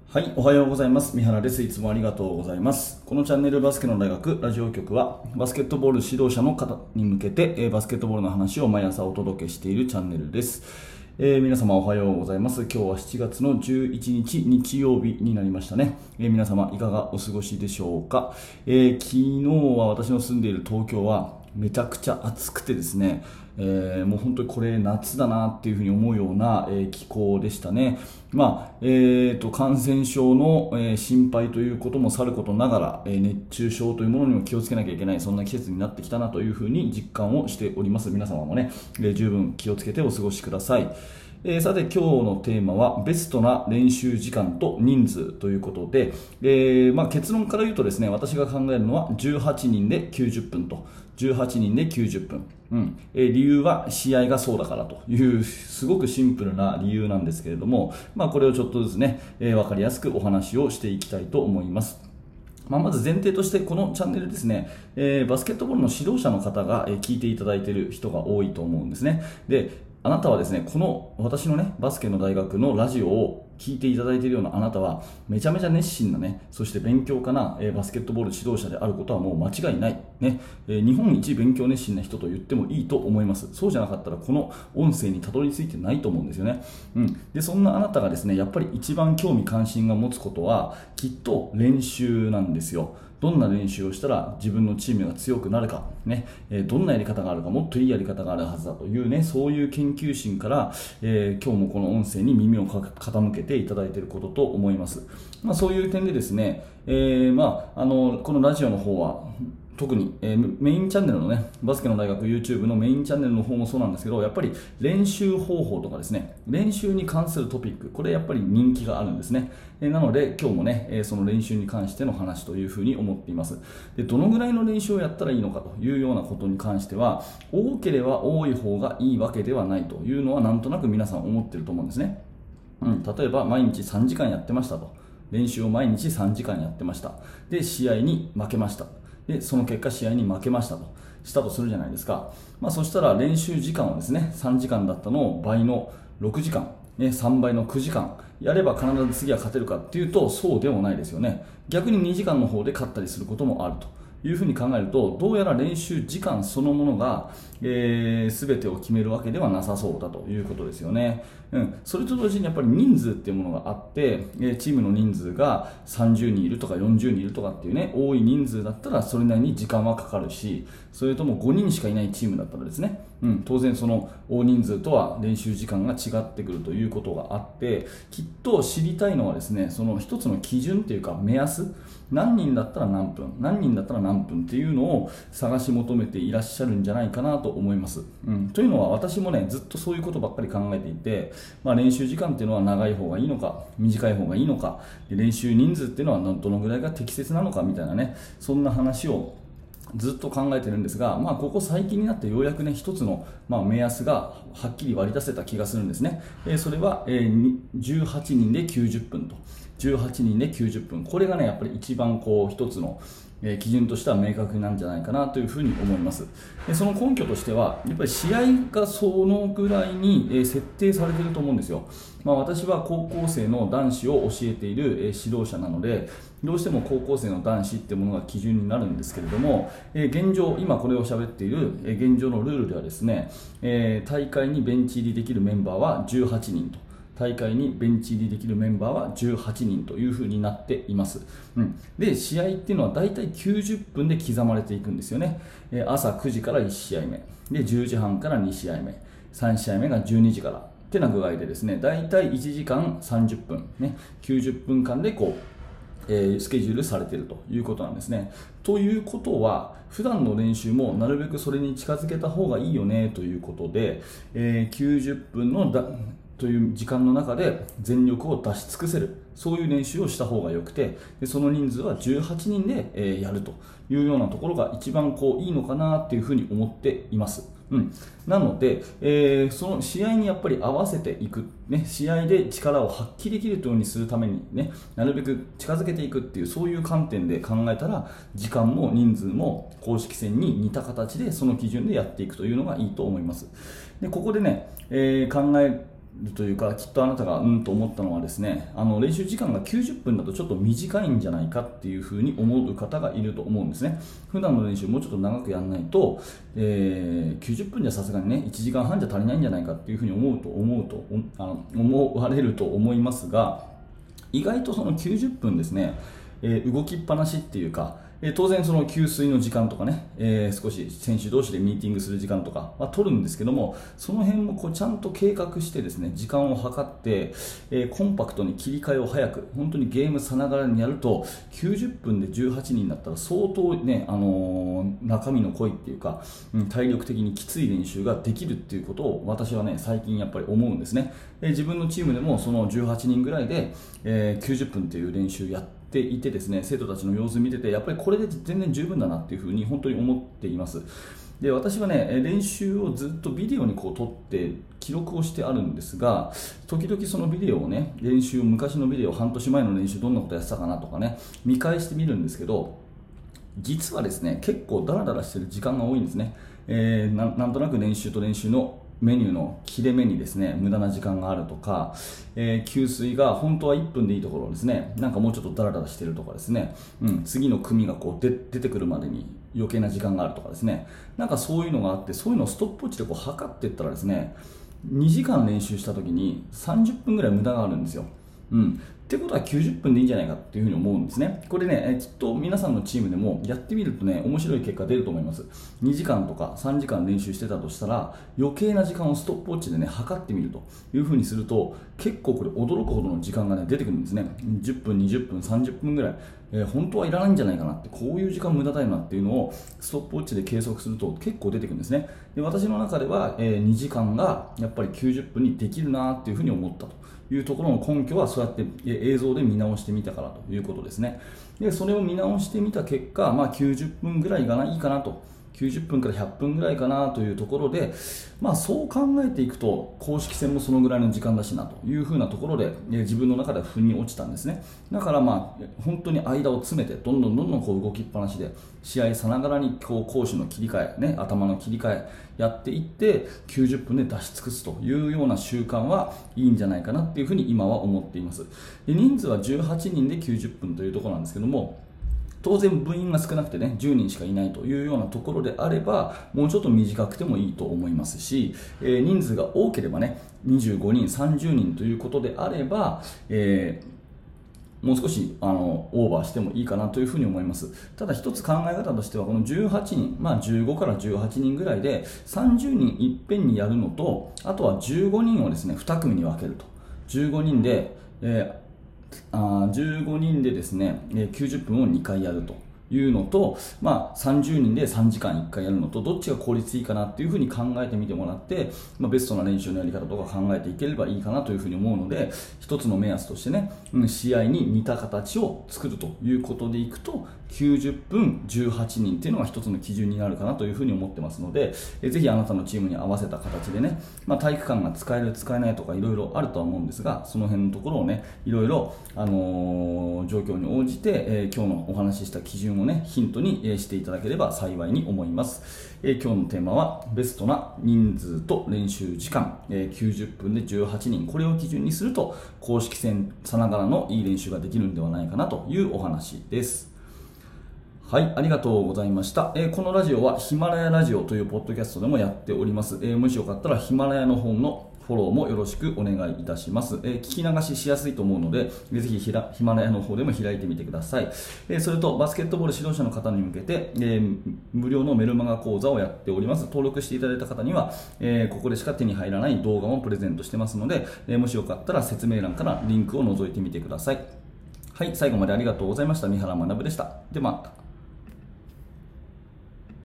はい、おはようございます。三原です。いつもありがとうございます。このチャンネルバスケの大学ラジオ局はバスケットボール指導者の方に向けてバスケットボールの話を毎朝お届けしているチャンネルです。皆様おはようございます。今日は7月の11日日曜日になりましたね。皆様いかがお過ごしでしょうか。昨日は私の住んでいる東京はめちゃくちゃ暑くてですね、もう本当にこれ夏だなっていうふうに思うような、気候でしたね。感染症の、心配ということもさることながら、熱中症というものにも気をつけなきゃいけない、そんな季節になってきたなというふうに実感をしております。皆様もね、十分気をつけてお過ごしください。さて今日のテーマはベストな練習時間と人数ということで、結論から言うとですね、私が考えるのは18人で90分と18人で90分、理由は試合がそうだからというすごくシンプルな理由なんですけれども、これをちょっとずつね、分かりやすくお話をしていきたいと思います。まず前提としてこのチャンネルですね、バスケットボールの指導者の方が聞いていただいている人が多いと思うんですね。で、あなたはですね、この私のね、バスケの大学のラジオを聞いていただいているようなあなたはめちゃめちゃ熱心なね、そして勉強家なバスケットボール指導者であることはもう間違いないね。日本一勉強熱心な人と言ってもいいと思います。そうじゃなかったらこの音声にたどり着いてないと思うんですよね。でそんなあなたがですね、やっぱり一番興味関心が持つことはきっと練習なんですよ。どんな練習をしたら自分のチームが強くなるか、ね、どんなやり方があるか、もっといいやり方があるはずだというね、そういう研究心から、今日もこの音声に耳を傾けていただいていることと思います。そういう点でですね、このラジオの方は特に、メインチャンネルのね、バスケの大学 YouTube のメインチャンネルの方もそうなんですけど、やっぱり練習方法とかですね、練習に関するトピック、これやっぱり人気があるんですね。なので今日もね、その練習に関しての話というふうに思っています。で、どのぐらいの練習をやったらいいのかというようなことに関しては、多ければ多い方がいいわけではないというのはなんとなく皆さん思っていると思うんですね。例えば毎日3時間やってましたと。練習を毎日3時間やってました。で、試合に負けました。でその結果試合に負けましたとするじゃないですか。そしたら練習時間をですね、3時間だったのを倍の6時間、3倍の9時間やれば必ず次は勝てるかっていうとそうでもないですよね。逆に2時間の方で勝ったりすることもあるというふうに考えると、どうやら練習時間そのものが、全てを決めるわけではなさそうだということですよね。それと同時にやっぱり人数っていうものがあって、チームの人数が30人いるとか40人いるとかっていうね、多い人数だったらそれなりに時間はかかるし、それとも5人しかいないチームだったらですね、当然その大人数とは練習時間が違ってくるということがあって、きっと知りたいのはですね、その一つの基準っていうか目安、何人だったら何分、何人だったら何分っていうのを探し求めていらっしゃるんじゃないかなと思います。というのは私もね、ずっとそういうことばっかり考えていて、練習時間っていうのは長い方がいいのか、短い方がいいのか、練習人数っていうのはどのぐらいが適切なのかみたいなね、そんな話をずっと考えてるんですが、ここ最近になってようやくね、一つの、目安がはっきり割り出せた気がするんですね。それは、18人で90分と。18人で90分。これがね、やっぱり一番一つの基準としては明確なんじゃないかなというふうに思います。でその根拠としてはやっぱり試合がそのぐらいに設定されていると思うんですよ。私は高校生の男子を教えている指導者なので、どうしても高校生の男子っていうものが基準になるんですけれども、現状今これを喋っている現状のルールではですね、大会にベンチ入りできるメンバーは18人と、大会にベンチ入りできるメンバーは18人というふうになっています。で、試合っていうのはだいたい90分で刻まれていくんですよね。朝9時から1試合目で、10時半から2試合目、3試合目が12時からってな具合でですね、だいたい1時間30分、90分間でスケジュールされているということなんですね。ということは普段の練習もなるべくそれに近づけた方がいいよねということで、90分のという時間の中で全力を出し尽くせる、そういう練習をした方がよくて、でその人数は18人で、やるというようなところが一番いいのかなというふうに思っています。なので、その試合にやっぱり合わせていく、試合で力を発揮できるようにするために、なるべく近づけていくっていう、そういう観点で考えたら時間も人数も公式戦に似た形でその基準でやっていくというのがいいと思います。でここでね、考えるというか、きっとあなたがと思ったのはですね、練習時間が90分だとちょっと短いんじゃないかっていうふうに思う方がいると思うんですね。普段の練習もうちょっと長くやらないと、90分じゃさすがにね1時間半じゃ足りないんじゃないかっていうふうに思われると思いますが、意外とその90分ですね、動きっぱなしっていうか、当然その給水の時間とかね、少し選手同士でミーティングする時間とかは取るんですけども、その辺もこうちゃんと計画してですね、時間を計って、コンパクトに切り替えを早く、本当にゲームさながらにやると90分で18人だったら相当ね、中身の濃いっていうか、体力的にきつい練習ができるっていうことを私はね最近やっぱり思うんですね。自分のチームでもその18人ぐらいで、90分という練習やっていてですね、生徒たちの様子を見ててやっぱりこれで全然十分だなっていうふうに本当に思っています。で、私はね練習をずっとビデオにこう撮って記録をしてあるんですが、時々そのビデオをね、昔のビデオ、半年前の練習どんなことやってたかなとかね見返してみるんですけど、実はですね結構ダラダラしてる時間が多いんですね。なんとなく練習と練習のメニューの切れ目にですね無駄な時間があるとか、給水が本当は1分でいいところをですね、なんかもうちょっとダラダラしてるとかですね、次の組がこう出てくるまでに余計な時間があるとかですね、なんかそういうのがあって、そういうのをストップウォッチでこう測っていったらですね、2時間練習した時に30分ぐらい無駄があるんですよ。ってことは90分でいいんじゃないかっていうふうに思うんですね。これね、きっと皆さんのチームでもやってみるとね、面白い結果出ると思います。2時間とか3時間練習してたとしたら、余計な時間をストップウォッチでね、測ってみるというふうにすると、結構これ驚くほどの時間がね、出てくるんですね。10分、20分、30分ぐらい。本当はいらないんじゃないかなって、こういう時間無駄だよなっていうのをストップウォッチで計測すると結構出てくるんですね。で、私の中では、2時間がやっぱり90分にできるなっていうふうに思ったというところの根拠は、そうやって映像で見直してみたからということですね。で、それを見直してみた結果、90分ぐらいがいいかなと、90分から100分ぐらいかなというところで、そう考えていくと公式戦もそのぐらいの時間だしなというふうなところで、自分の中では腑に落ちたんですね。だから本当に間を詰めてどんどんこう動きっぱなしで、試合さながらにこう攻守の切り替え、頭の切り替えやっていって90分で出し尽くすというような習慣はいいんじゃないかなっていうふうに今は思っています。で、人数は18人で90分というところなんですけども、当然部員が少なくてね10人しかいないというようなところであれば、もうちょっと短くてもいいと思いますし、人数が多ければね25人30人ということであれば、もう少しオーバーしてもいいかなというふうに思います。ただ一つ考え方としては、この18人、15から18人ぐらいで30人いっぺんにやるのと、あとは15人をですね2組に分けると、15人で、15人でですね90分を2回やるというのと、30人で3時間1回やるのと、どっちが効率いいかなっていうふうに考えてみてもらって、ベストな練習のやり方とか考えていければいいかなというふうに思うので、一つの目安としてね、試合に似た形を作るということでいくと、90分18人っていうのが一つの基準になるかなというふうに思ってますので、ぜひあなたのチームに合わせた形でね、体育館が使える使えないとかいろいろあるとは思うんですが、その辺のところをねいろいろ、状況に応じて、今日のお話しした基準をねヒントに、していただければ幸いに思います。今日のテーマはベストな人数と練習時間、90分で18人、これを基準にすると公式戦さながらのいい練習ができるんではないかなというお話です。はい、ありがとうございました。このラジオはヒマラヤラジオというポッドキャストでもやっております。もしよかったらヒマラヤの方のフォローもよろしくお願いいたします。聞き流ししやすいと思うので、ぜひヒマラヤの方でも開いてみてください。それとバスケットボール指導者の方に向けて、無料のメルマガ講座をやっております。登録していただいた方には、ここでしか手に入らない動画もプレゼントしてますので、もしよかったら説明欄からリンクを覗いてみてください。はい、最後までありがとうございました。三原学でした。で、また。